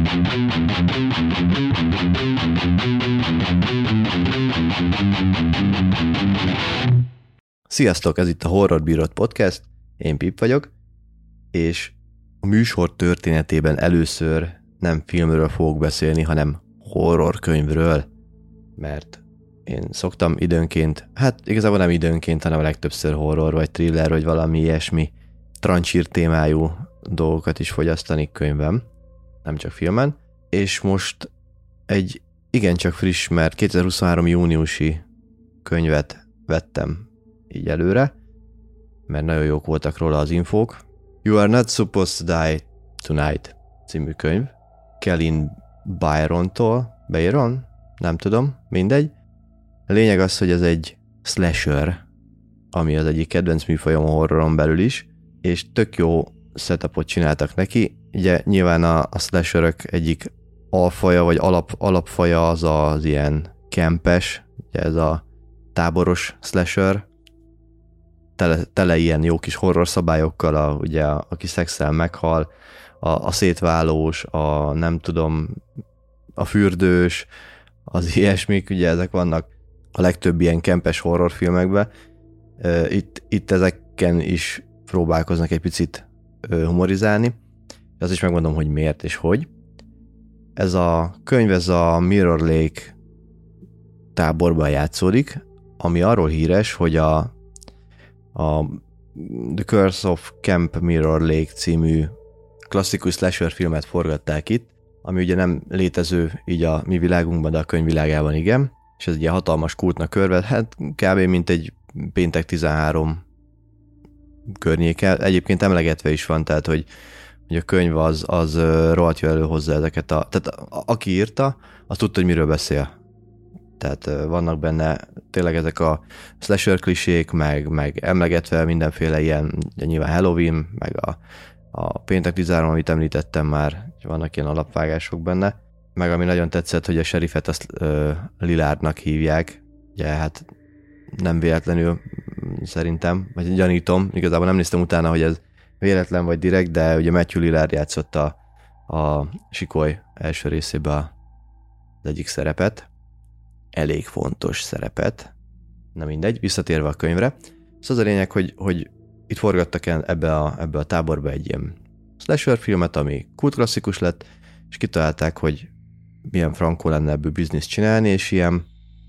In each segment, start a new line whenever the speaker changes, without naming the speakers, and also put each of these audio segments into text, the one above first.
Sziasztok, ez itt a Horror Bírod Podcast, én Pip vagyok, és a műsor történetében először nem filmről fogok beszélni, hanem horrorkönyvről, mert én szoktam időnként, hát igazából nem időnként, hanem a legtöbbször horror, vagy thriller, vagy valami ilyesmi trancsír témájú dolgokat is fogyasztani könyvben, nem csak filmen, és most egy igencsak friss, mert 2023. júniusi könyvet vettem így előre, mert nagyon jók voltak róla az infók. You Are Not Supposed to Die Tonight című könyv. Kellyn Byron? Nem tudom, mindegy. A lényeg az, hogy ez egy slasher, ami az egyik kedvenc műfajom a horroron belül is, és tök jó setupot csináltak neki. Ugye nyilván a slasherök egyik alfaja, vagy alapfaja az ilyen campes, ugye ez a táboros slasher, tele ilyen jó kis horror szabályokkal, ugye aki szexel meghal, a szétválós, a nem tudom, a fürdős, az ilyesmik, ugye ezek vannak a legtöbb ilyen kempes horrorfilmekben. Itt ezeken is próbálkoznak egy picit humorizálni. Azt is megmondom, hogy miért és hogy. Ez a könyv, ez a Mirror Lake táborban játszódik, ami arról híres, hogy a The Curse of Camp Mirror Lake című klasszikus slasher filmet forgatták itt, ami ugye nem létező így a mi világunkban, de a könyvvilágában igen, és ez egy ilyen hatalmas kultnak körvet, hát kb. Mint egy péntek 13 környéke. Egyébként emlegetve is van, tehát hogy a könyv az rohadt jó elő ezeket tehát aki írta, az tudta, hogy miről beszél. Tehát vannak benne tényleg ezek a slasher klisék, meg emlegetve mindenféle ilyen, nyilván Halloween, meg a péntek 13, amit említettem már, vannak ilyen alapvágások benne. Meg ami nagyon tetszett, hogy a sheriffet azt Lillardnak hívják, ugye hát nem véletlenül szerintem, vagy gyanítom, igazából nem néztem utána, hogy ez véletlen vagy direkt, de ugye Matthew Lillard játszott a Sikoly első részében az egyik szerepet, elég fontos szerepet, na mindegy, visszatérve a könyvre. Szóval az a lényeg, hogy itt forgattak ebbe a táborba egy ilyen slasher filmet, ami kultklasszikus lett, és kitalálták, hogy milyen frankó lenne ebből bizniszt csinálni, és ilyen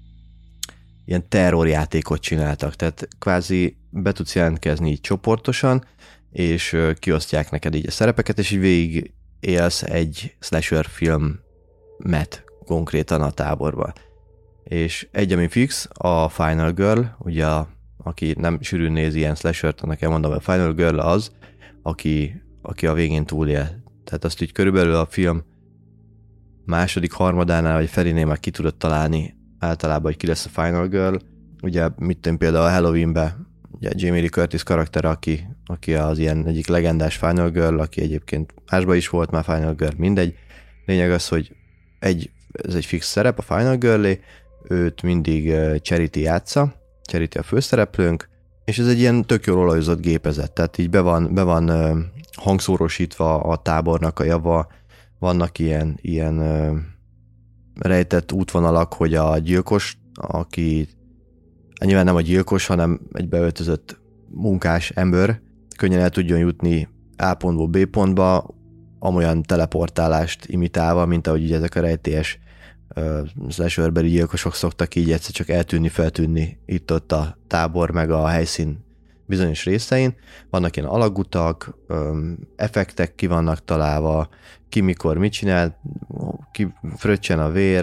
terrorjátékot csináltak, tehát kvázi be tudsz jelentkezni így csoportosan, és kiosztják neked így a szerepeket, és így végig élsz egy slasher filmet konkrétan a táborban. És egy, ami fix, a Final Girl, ugye aki nem sűrűn néz ilyen slashert, annak elmondom, a Final Girl az, aki a végén túlél. Tehát azt így körülbelül a film második harmadánál, vagy felénél már ki tudod találni általában, hogy ki lesz a Final Girl. Ugye mit tudom, például a Halloweenben, ugye Jamie Lee Curtis karaktere, aki az ilyen egyik legendás Final Girl, aki egyébként másban is volt már Final Girl, mindegy. Lényeg az, hogy ez egy fix szerep a Final Girl-é, őt mindig Charity játsza, Charity a főszereplőnk, és ez egy ilyen tök jól olajozott gépezet, tehát így be van hangszórosítva a tábornak a java, vannak ilyen rejtett útvonalak, hogy a gyilkos, aki nyilván nem a gyilkos, hanem egy beöltözött munkás ember, könnyen el tudjon jutni A pontból B pontba, amolyan teleportálást imitálva, mint ahogy ugye ezek a rejtélyes slasherbeli gyilkosok szoktak így egyszer csak eltűnni, feltűnni itt-ott a tábor, meg a helyszín bizonyos részein. Vannak ilyen alagutak, effektek ki vannak találva, ki mikor mit csinál, ki fröccsen a vér,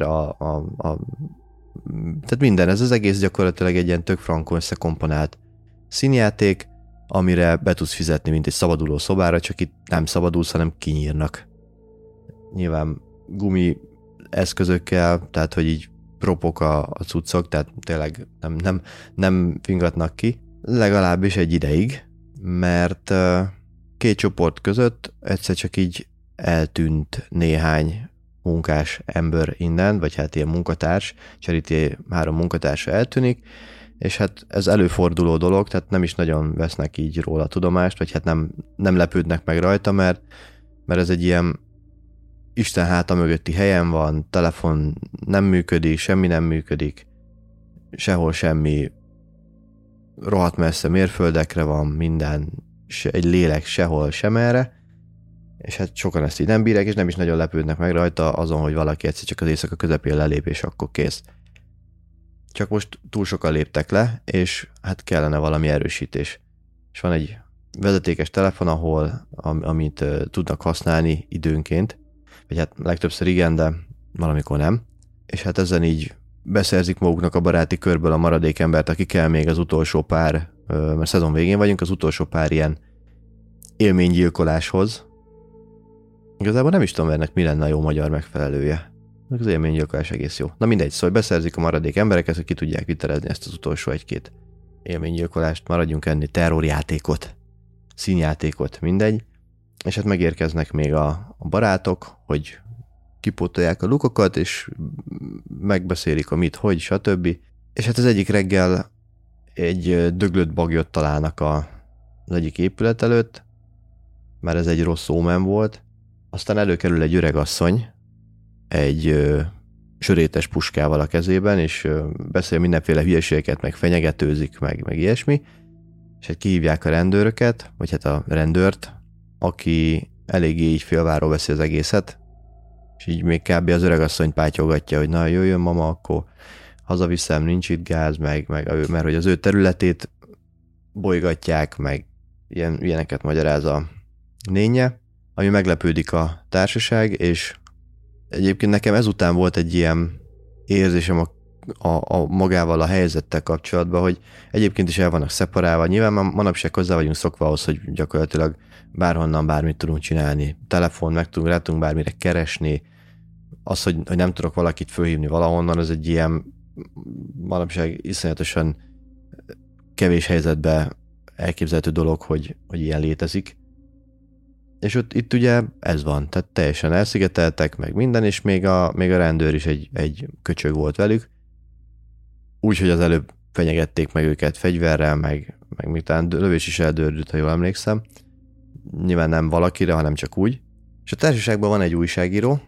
tehát minden, ez az egész gyakorlatilag egy ilyen tök frankon összekomponált színjáték, amire be tudsz fizetni, mint egy szabaduló szobára, csak itt nem szabadulsz, hanem kinyírnak. Nyilván gumi eszközökkel, tehát hogy így propok a cuccok, tehát tényleg nem fingatnak ki, legalábbis egy ideig, mert két csoport között egyszer csak így eltűnt néhány munkás ember innen, vagy hát ilyen munkatárs, Charity 3 munkatársa eltűnik, és hát ez előforduló dolog, tehát nem is nagyon vesznek így róla tudomást, vagy hát nem lepődnek meg rajta, mert ez egy ilyen Isten háta mögötti helyen van, telefon nem működik, semmi nem működik, sehol semmi, rohadt messze mérföldekre van minden, egy lélek sehol sem erre, és hát sokan ezt így nem bírják, és nem is nagyon lepődnek meg rajta azon, hogy valaki egyszer csak az éjszaka közepén lelép, és akkor kész. Csak most túl sokan léptek le, és hát kellene valami erősítés. És van egy vezetékes telefon, amit tudnak használni időnként, vagy hát legtöbbször igen, de valamikor nem. És hát ezen így beszerzik maguknak a baráti körből a maradék embert, aki kell még az utolsó pár, mert szezon végén vagyunk, az utolsó pár ilyen élménygyilkoláshoz. Igazából nem is tudom, ennek mi lenne a jó magyar megfelelője. Az élménygyilkolás egész jó. Na mindegy, szóval beszerzik a maradék embereket, hogy ki tudják viterezni ezt az utolsó egy-két élménygyilkolást, maradjunk enni, terrorjátékot, színjátékot, mindegy. És hát megérkeznek még a barátok, hogy kipótolják a lukokat, és megbeszélik a mit, hogy, stb. És hát az egyik reggel egy döglött bagyot találnak az egyik épület előtt, mert ez egy rossz ómen volt. Aztán előkerül egy öregasszony, egy sörétes puskával a kezében, és beszél mindenféle hülyeségeket, meg fenyegetőzik, meg ilyesmi, és hát kihívják a rendőröket, vagy hát a rendőrt, aki eléggé így félváról veszi az egészet, és így még kb. Az öregasszonyt pátyolgatja, hogy na jöjjön mama, akkor hazaviszem, nincs itt gáz, mert hogy az ő területét bolygatják, meg ilyeneket magyaráz a nénye, ami meglepődik a társaság, és egyébként nekem ezután volt egy ilyen érzésem a magával a helyzettel kapcsolatban, hogy egyébként is el vannak szeparálva. Nyilván manapság hozzá vagyunk szokva ahhoz, hogy gyakorlatilag bárhonnan bármit tudunk csinálni. Telefon, rá tudunk bármire keresni. Az, hogy nem tudok valakit fölhívni valahonnan, az egy ilyen manapság iszonyatosan kevés helyzetben elképzelhető dolog, hogy ilyen létezik. És itt ugye ez van, tehát teljesen elszigeteltek, meg minden, és még a rendőr is egy köcsög volt velük. Úgyhogy az előbb fenyegették meg őket fegyverrel, meg még talán lövés is eldördült, ha jól emlékszem. Nyilván nem valakire, hanem csak úgy. És a társaságban van egy újságíró,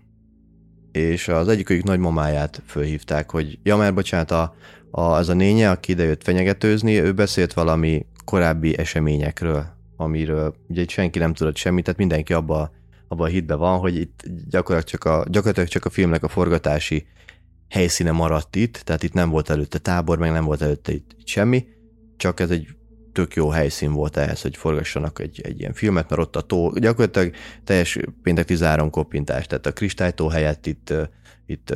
és az egyikük nagymamáját fölhívták, hogy ja, mert bocsánat, ez a nénye, aki idejött fenyegetőzni, ő beszélt valami korábbi eseményekről, amiről ugye itt senki nem tudott semmit, tehát mindenki abba a hitben van, hogy itt gyakorlatilag csak a filmnek a forgatási helyszíne maradt itt, tehát itt nem volt előtte tábor, meg nem volt előtte itt semmi, csak ez egy tök jó helyszín volt ehhez, hogy forgassanak egy ilyen filmet, mert ott a tó, gyakorlatilag teljes péntek 13 koppintás, tehát a kristálytó helyett itt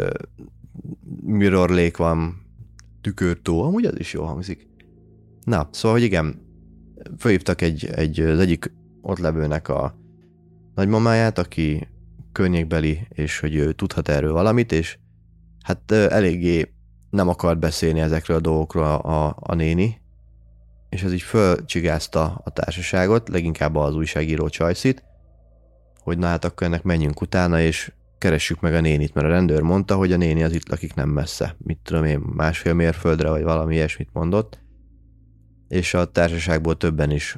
Mirror Lake van, tükörtó, amúgy az is jól hangzik. Na, szóval, hogy igen, fölhívtak az egyik ott levőnek a nagymamáját, aki környékbeli, és hogy ő tudhat erről valamit, és hát eléggé nem akart beszélni ezekről a dolgokról a néni, és ez így fölcsigázta a társaságot, leginkább az újságíró Csajszit, hogy na hát akkor ennek menjünk utána, és keressük meg a nénit, mert a rendőr mondta, hogy a néni az itt lakik nem messze. Mit tudom én, 1,5 mérföldre, vagy valami ilyesmit mondott. És a társaságból többen is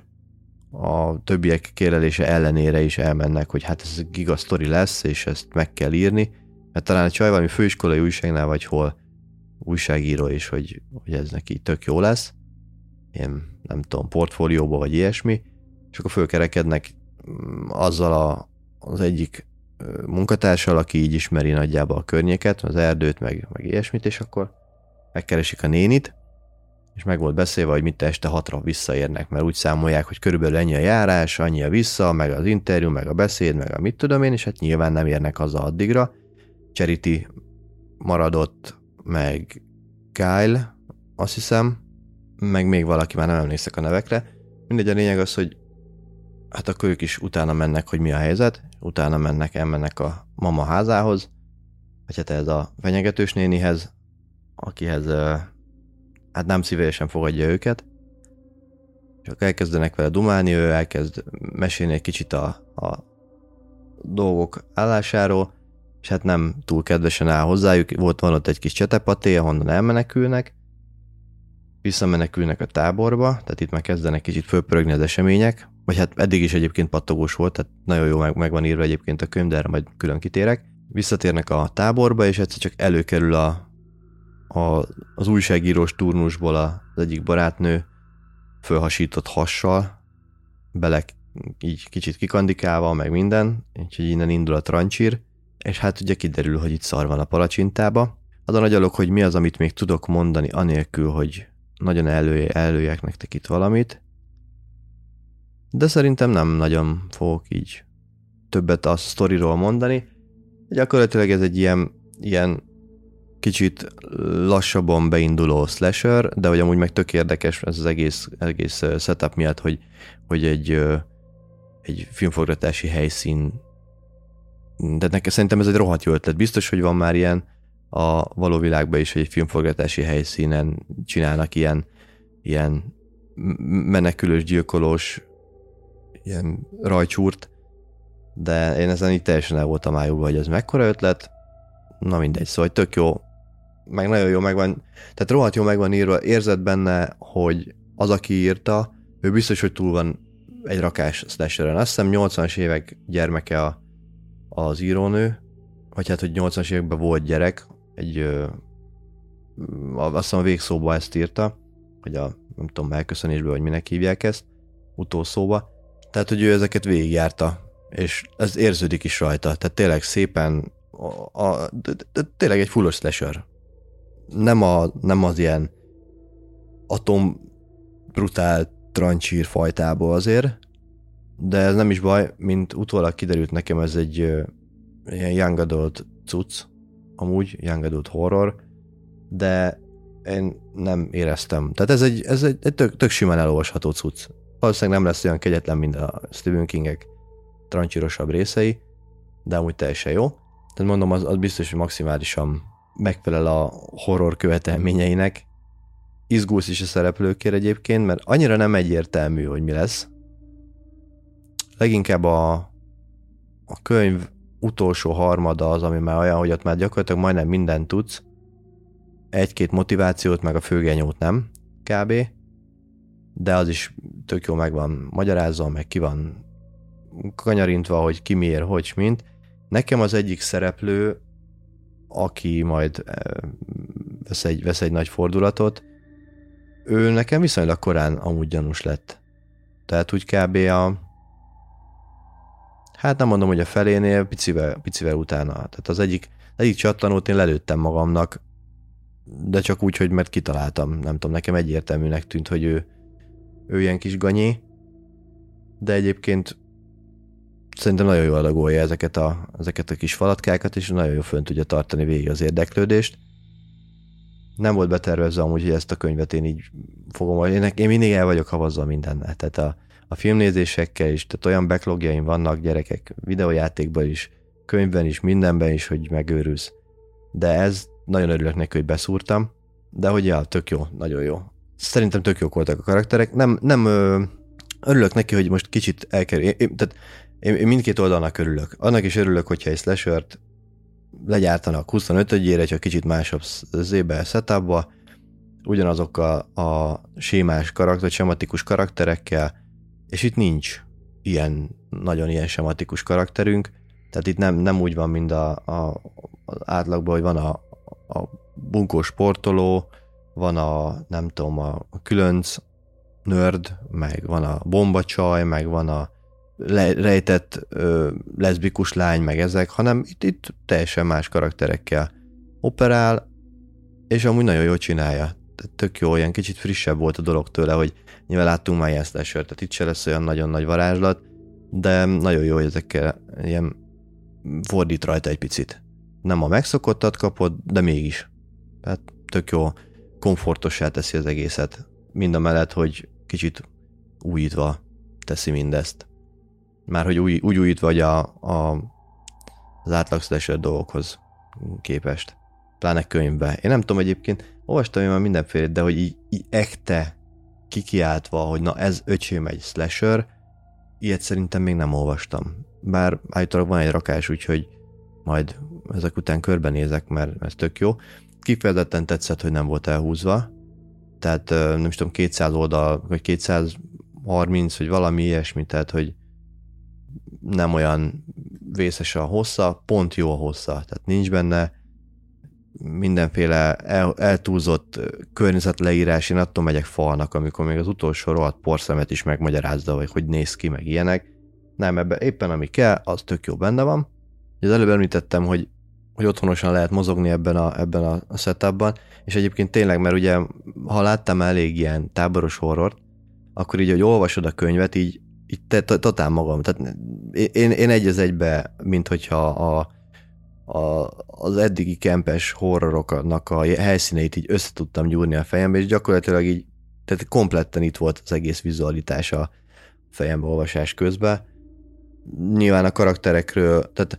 a többiek kérelése ellenére is elmennek, hogy hát ez gigasztori lesz, és ezt meg kell írni, mert talán a csaj valami főiskolai újságnál, vagy hol újságíró is, hogy ez neki tök jó lesz, ilyen nem tudom, portfólióba, vagy ilyesmi, és akkor fölkerekednek azzal az egyik munkatársal, aki így ismeri nagyjából a környéket, az erdőt, meg ilyesmit, és akkor megkeresik a nénit, és meg volt beszélve, hogy mit este 6-ra visszaérnek, mert úgy számolják, hogy körülbelül ennyi a járás, annyi a vissza, meg az interjú, meg a beszéd, meg a mit tudom én, és hát nyilván nem érnek haza addigra. Charity maradott, meg Kyle, azt hiszem, meg még valaki, már nem emlékszek a nevekre. Mindegy, a lényeg az, hogy hát akkor ők is utána mennek, hogy mi a helyzet, utána elmennek a mama házához, vagy hát ez a fenyegetős nénihez, akihez hát nem szívesen fogadja őket, csak elkezdenek vele dumálni, ő elkezd mesélni egy kicsit a dolgok állásáról, és hát nem túl kedvesen áll hozzájuk, van ott egy kis csetepaté, ahonnan elmenekülnek, visszamenekülnek a táborba, tehát itt már kezdenek kicsit fölpörögni az események, vagy hát eddig is egyébként pattogós volt, tehát nagyon jó meg van írva egyébként a könyv, de erre majd külön kitérek. visszatérnek a táborba, és egyszer csak előkerül az újságírós turnusból az egyik barátnő fölhasított hassal, bele így kicsit kikandikálva, meg minden, úgyhogy innen indul a trancsír, és hát ugye kiderül, hogy itt szar van a palacsintába. Az a nagy alog, hogy mi az, amit még tudok mondani, anélkül, hogy nagyon előjek nektek itt valamit, de szerintem nem nagyon fogok így többet a sztoriról mondani. Gyakorlatilag ez egy ilyen kicsit lassabban beinduló slasher, de hogy amúgy meg tök érdekes ez az egész setup miatt, hogy egy filmforgatási helyszín, de nekem szerintem ez egy rohadt jó ötlet. Biztos, hogy van már ilyen a való világban is, hogy egy filmforgatási helyszínen csinálnak ilyen menekülős, gyilkolós ilyen rajcsúrt, de én ezen így teljesen el voltam ájúva, hogy ez mekkora ötlet. Na mindegy, szóval tök jó, meg nagyon jó megvan, tehát rohadt jó megvan írva, érzed benne, hogy az, aki írta, ő biztos, hogy túl van egy rakás slasheren. Azt hiszem 80-as évek gyermeke az írónő, vagy hát, hogy 80-as években volt gyerek, azt hiszem a végszóba ezt írta, hogy nem tudom, elköszönésből, vagy minek hívják ezt, utószóba. Tehát, hogy ő ezeket végigjárta, és ez érződik is rajta, tehát tényleg szépen tényleg egy fullos slasher. Nem az ilyen atom brutál trancsír fajtából azért, de ez nem is baj, mint utólag kiderült nekem, ez egy ilyen young adult cucc, amúgy young adult horror, de én nem éreztem. Tehát ez egy tök simán elolvasható cucc. Valószínűleg nem lesz olyan kegyetlen, mint a Stephen Kingek trancsírosabb részei, de amúgy teljesen jó. Tehát mondom, az biztos, hogy maximálisan megfelel a horror követelményeinek. Izgulsz is a szereplőkért egyébként, mert annyira nem egyértelmű, hogy mi lesz. Leginkább a könyv utolsó harmada az, ami már olyan, hogy ott már gyakorlatilag majdnem mindent tudsz. Egy-két motivációt, meg a főgenyót nem, kb. De az is tök jó meg van magyarázva, meg ki van kanyarintva, hogy ki miért, hogy mint. Nekem az egyik szereplő, aki majd vesz egy nagy fordulatot, ő nekem viszonylag korán amúgy gyanús lett. Tehát úgy kb. Hát nem mondom, hogy a felénél, picivel utána. Tehát az egyik csattanót én lelőttem magamnak, de csak úgy, hogy mert kitaláltam. Nem tudom, nekem egyértelműnek tűnt, hogy ő ilyen kis ganyé, de egyébként szerintem nagyon jól adagolja ezeket a kis falatkákat, és nagyon jól fönn tudja tartani végig az érdeklődést. Nem volt betervezve amúgy, hogy ezt a könyvet én így fogom, én mindig el vagyok havazva mindennel. Tehát a filmnézésekkel is, tehát olyan backlogjaim vannak gyerekek, videójátékban is, könyvben is, mindenben is, hogy megőrülsz. De ez nagyon örülök neki, hogy beszúrtam, de hogy ja, tök jó, nagyon jó. Szerintem tök jók voltak a karakterek. Nem örülök neki, hogy most kicsit elkerül. Én mindkét oldalnak örülök. Annak is örülök, hogyha egy slashert legyártanak 25-ére, csak kicsit másabb setupba, ugyanazokkal a sémás sematikus karakterekkel, és itt nincs nagyon ilyen sematikus karakterünk, tehát itt nem úgy van, mint az átlagban, hogy van a bunkó sportoló, van nem tudom, a különc nörd, meg van a bombacsaj, meg van a rejtett leszbikus lány, meg ezek, hanem itt teljesen más karakterekkel operál, és amúgy nagyon jól csinálja. Tehát tök jó, olyan kicsit frissebb volt a dolog tőle, hogy nyilván láttunk már ilyen slasher, tehát itt se lesz olyan nagyon nagy varázslat, de nagyon jó, hogy ezekkel ilyen fordít rajta egy picit. Nem a megszokottat kapod, de mégis. Tehát tök jó, komfortossá teszi az egészet. Mind a mellett, hogy kicsit újítva teszi mindezt. Már hogy úgy újítva, hogy az átlag slasher dolgokhoz képest. Pláne könyvbe. Én nem tudom egyébként, olvastam én már mindenféle, de hogy így ekte kikiáltva, hogy na ez öcsém egy slasher, ilyet szerintem még nem olvastam. Bár állítólag van egy rakás, úgyhogy majd ezek után körbenézek, mert ez tök jó. Kifejezetten tetszett, hogy nem volt elhúzva. Tehát nem is tudom, 200 oldal, vagy 230, vagy valami ilyesmi, tehát hogy nem olyan vészes a hossza, pont jó a hossza, tehát nincs benne mindenféle eltúlzott környezetleírás, én attól megyek falnak, amikor még az utolsó rohadt porszemet is megmagyarázza, vagy hogy néz ki, meg ilyenek. Nem, ebben éppen ami kell, az tök jó benne van. Az előbb említettem, hogy otthonosan lehet mozogni ebben a setupban, és egyébként tényleg, mert ugye, ha láttam elég ilyen táboros horrort, akkor így, hogy olvasod a könyvet, így totál magam. Tehát én egy az egybe, mint hogyha az eddigi kempes horroroknak a helyszíneit így össze tudtam gyúrni a fejembe, és gyakorlatilag így, tehát kompletten itt volt az egész vizualitás a fejembe olvasás közben. Nyilván a karakterekről, tehát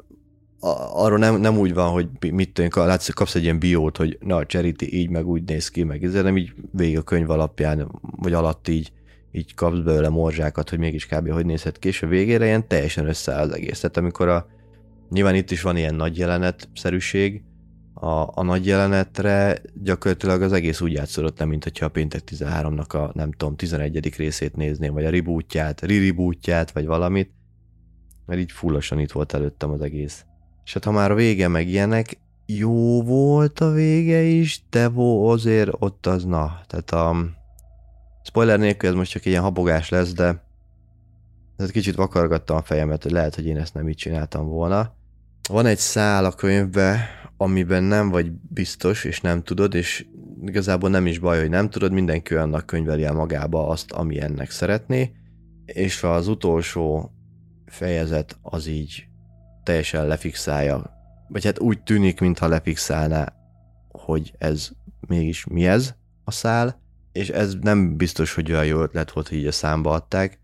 arról nem úgy van, hogy mit tűnik, kapsz egy ilyen biót, hogy na, a Charity így, meg úgy néz ki, meg ezért nem így végig a könyv alapján, vagy alatt így kapsz belőle morzsákat, hogy mégis kb. Hogy nézhet ki, és a végére ilyen teljesen összeáll az egész. Tehát amikor nyilván itt is van ilyen nagy jelenetszerűség, a nagy jelenetre gyakorlatilag az egész úgy játszódott le, mint hogyha a Péntek 13-nak a nem tudom, 11. részét nézném, vagy a rebootját, vagy valamit, mert így fullosan itt volt előttem az egész. És hát ha már a vége meg ilyenek, jó volt a vége is, de azért ott az na. Tehát a spoiler nélkül ez most csak ilyen habogás lesz, de ez kicsit vakargattam a fejemet, hogy lehet, hogy én ezt nem így csináltam volna. Van egy szál a könyvbe, amiben nem vagy biztos, és nem tudod, és igazából nem is baj, hogy nem tudod, mindenki olyannak könyveli el magába azt, ami ennek szeretné, és az utolsó fejezet az így teljesen lefixálja, vagy hát úgy tűnik, mintha lefixálná, hogy ez mégis mi ez a szál, és ez nem biztos, hogy olyan jó ötlet volt, hogy így a számba adták.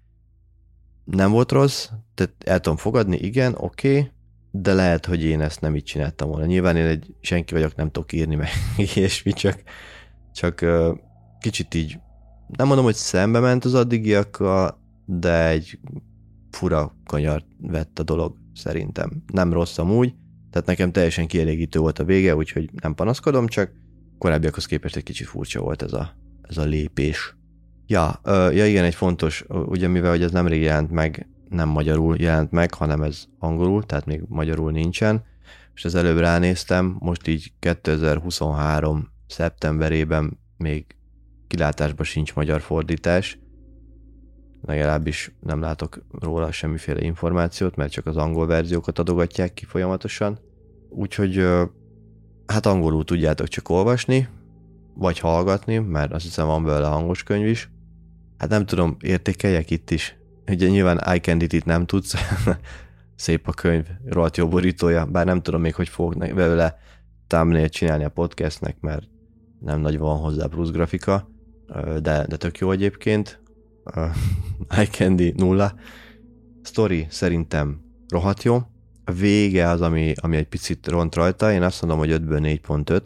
Nem volt rossz, tehát el tudom fogadni, igen, oké, de lehet, hogy én ezt nem így csináltam volna. Nyilván én senki vagyok, nem tudok írni meg ilyesmi, csak kicsit így, nem mondom, hogy szembe ment az addigiakkal, de egy fura kanyart vett a dolog szerintem. Nem rossz amúgy, tehát nekem teljesen kielégítő volt a vége, úgyhogy nem panaszkodom, csak korábbiakhoz képest egy kicsit furcsa volt ez a lépés. Ja, igen, egy fontos, ugye mivel hogy ez nemrég jelent meg, nem magyarul jelent meg, hanem ez angolul, tehát még magyarul nincsen, és az előbb ránéztem, most így 2023. szeptemberében még kilátásban sincs magyar fordítás, legalábbis nem látok róla semmiféle információt, mert csak az angol verziókat adogatják ki folyamatosan, úgyhogy hát angolul tudjátok csak olvasni, vagy hallgatni, mert azt hiszem van belőle hangos könyv is. Hát nem tudom, értékeljek itt is. Ugye nyilván iCandy-t itt nem tudsz, szép a könyv, rohadt jó borítója, bár nem tudom még, hogy fogok belőle thumbnail csinálni a podcastnek, mert nem nagy van hozzá plusz grafika, de tök jó egyébként. iCandy 0. Story szerintem rohadt jó. A vége az, ami egy picit ront rajta, én azt mondom, hogy 5-ből 4.5.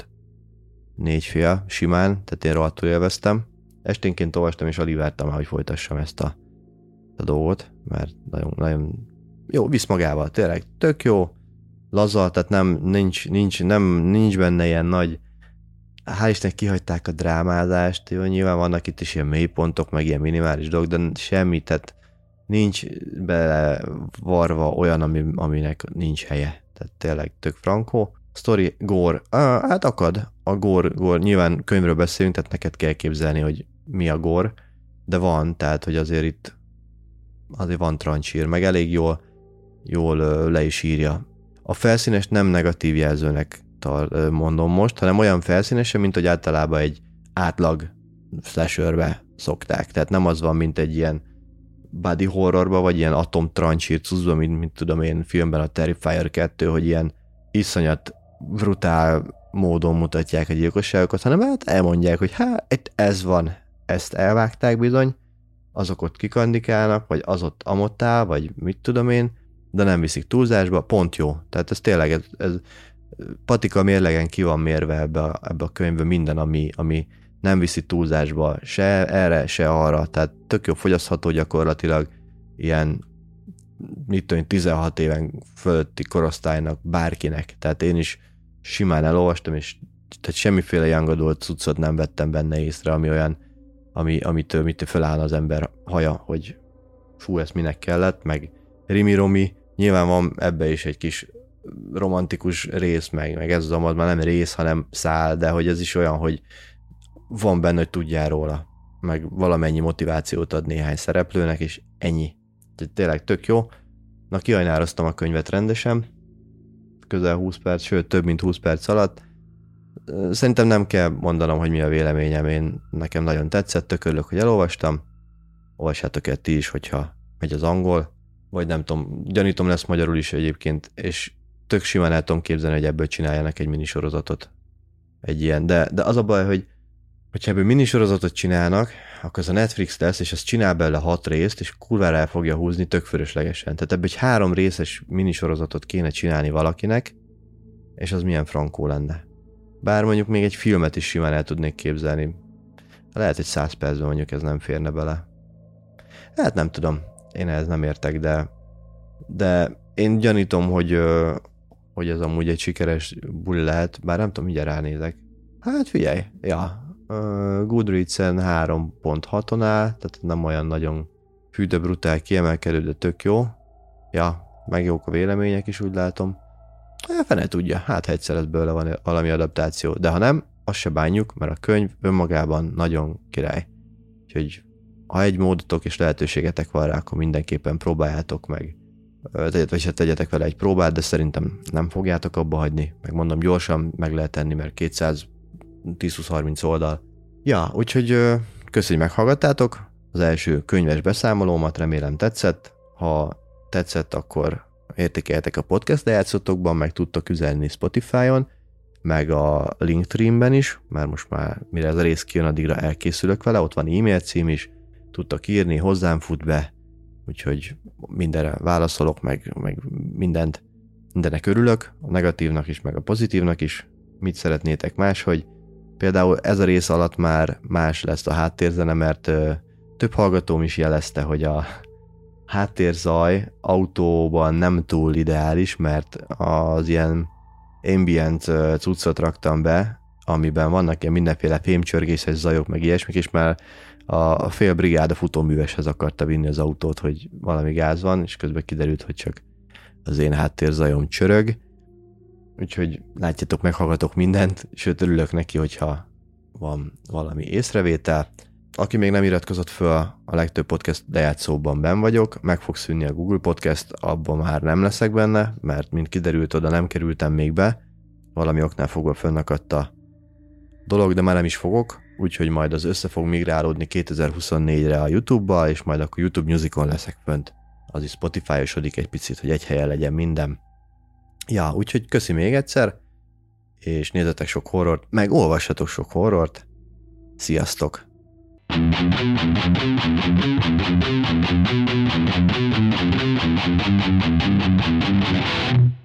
4,5 simán, tehát én rohadtul élveztem. Esténként olvastam, és alig vártam már, hogy folytassam ezt a dolgot, mert nagyon, nagyon jó, visz magával, tényleg tök jó, laza, tehát nincs benne ilyen nagy, hál' Istennek kihagyták a drámázást, jó, nyilván vannak itt is ilyen mélypontok, meg ilyen minimális dolgok, de semmi, tehát nincs bele varva olyan, aminek nincs helye, tehát tényleg tök frankó. Story, gore, hát akad, a gore, nyilván könyvről beszélünk, tehát neked kell képzelni, hogy mi a gore, de van, tehát hogy azért itt azért van trancsír, meg elég jól le is írja. A felszínes nem negatív jelzőnek mondom most, hanem olyan felszínesen, mint hogy általában egy átlag slasherbe szokták. Tehát nem az van, mint egy ilyen body horrorba, vagy ilyen atom trancsír cuccba, mint tudom én filmben a Terrifier 2, hogy ilyen iszonyat brutál módon mutatják a gyilkosságokat, hanem hát elmondják, hogy hát ez van, ezt elvágták bizony, azok ott kikandikálnak, vagy az ott amottál, vagy mit tudom én, de nem viszik túlzásba, pont jó. Tehát ez tényleg, ez patika mérlegen ki van mérve ebbe a könyvbe minden, ami nem viszi túlzásba, se erre, se arra, tehát tök jó fogyasztható gyakorlatilag ilyen, mit tudom, 16 éven fölötti korosztálynak, bárkinek. Tehát én is simán elolvastam, és tehát semmiféle young adult cuccot nem vettem benne észre, ami olyan, amitől föláll az ember haja, hogy fú, ez minek kellett, meg Rimi-Romi Nyilván van ebbe is egy kis romantikus rész, meg ez az amaz már nem rész, hanem szál, de hogy ez is olyan, hogy van benne, hogy tudjál róla, meg valamennyi motivációt ad néhány szereplőnek, és ennyi. Tehát tényleg tök jó. Na, kiajnároztam a könyvet rendesen, közel 20 perc, sőt több mint 20 perc alatt. Szerintem nem kell mondanom, hogy mi a véleményem, nekem nagyon tetszett, tök örülök, hogy elolvastam. Olvassátok el ti is, hogyha megy az angol, vagy nem tudom, gyanítom lesz magyarul is egyébként, és tök simán el tudom képzelni, hogy ebből csináljanak egy minisorozatot. Egy ilyen, de az a baj, hogy hogyha ebből minisorozatot csinálnak, akkor az a Netflix lesz, és az csinál belőle 6 részt, és kurvára el fogja húzni tök fölöslegesen. Tehát ebből egy 3 részes minisorozatot kéne csinálni valakinek, és az milyen frankó lenne. Bár mondjuk még egy filmet is simán el tudnék képzelni. Lehet, hogy 100 percben mondjuk ez nem férne bele. Hát nem tudom, én ehhez nem értek, de én gyanítom, hogy ez amúgy egy sikeres buli lehet, bár nem tudom, mindjárt ránézek. Hát figyelj, ja, Goodreads-en 3.6-on áll, tehát nem olyan nagyon hű de brutál kiemelkedő, de tök jó. Ja, meg jók a vélemények is, úgy látom. Fene tudja, hát ha egyszer ez bőle van valami adaptáció, de ha nem, azt se bánjuk, mert a könyv önmagában nagyon király. Úgyhogy ha egy módotok és lehetőségetek van rá, akkor mindenképpen próbáljátok meg. Vagy se tegyetek vele egy próbát, de szerintem nem fogjátok abba hagyni. Megmondom, gyorsan meg lehet tenni, mert 210-20-30 oldal. Ja, úgyhogy köszönjük, hogy meghallgattátok az első könyves beszámolómat, remélem tetszett. Ha tetszett, akkor értékeljetek a podcast lejátszatokban, meg tudtok üzenni Spotify-on, meg a Linktree-ben is, mert most már mire ez a rész kijön, addigra elkészülök vele, ott van e-mail cím is, tudtok írni, hozzám fut be, úgyhogy mindenre válaszolok, meg mindennek örülök, a negatívnak is, meg a pozitívnak is. Mit szeretnétek máshogy? Például ez a rész alatt már más lesz a háttérzene, mert több hallgatóm is jelezte, hogy a háttérzaj autóban nem túl ideális, mert az ilyen ambient cuccot raktam be, amiben vannak ilyen mindenféle fémcsörgéses zajok, meg ilyesmik, és már a fél brigáda futóműveshez akarta vinni az autót, hogy valami gáz van, és közben kiderült, hogy csak az én háttérzajom csörög. Úgyhogy látjátok, meghallgatok mindent, sőt örülök neki, hogyha van valami észrevétel. Aki még nem iratkozott föl, a legtöbb podcast lejátszóban benn vagyok, meg fog szűnni a Google Podcast, abban már nem leszek benne, mert mint kiderült, oda nem kerültem még be, valami oknál fogva fönnakadt a dolog, de már nem is fogok, úgyhogy majd az össze fog migrálódni 2024-re a YouTube-ba, és majd akkor YouTube Musicon leszek fönt. Az is Spotify-osodik egy picit, hogy egy helyen legyen minden. Ja, úgyhogy köszi még egyszer, és nézzetek sok horrort, meg olvassatok sok horrort. Sziasztok! Thank you.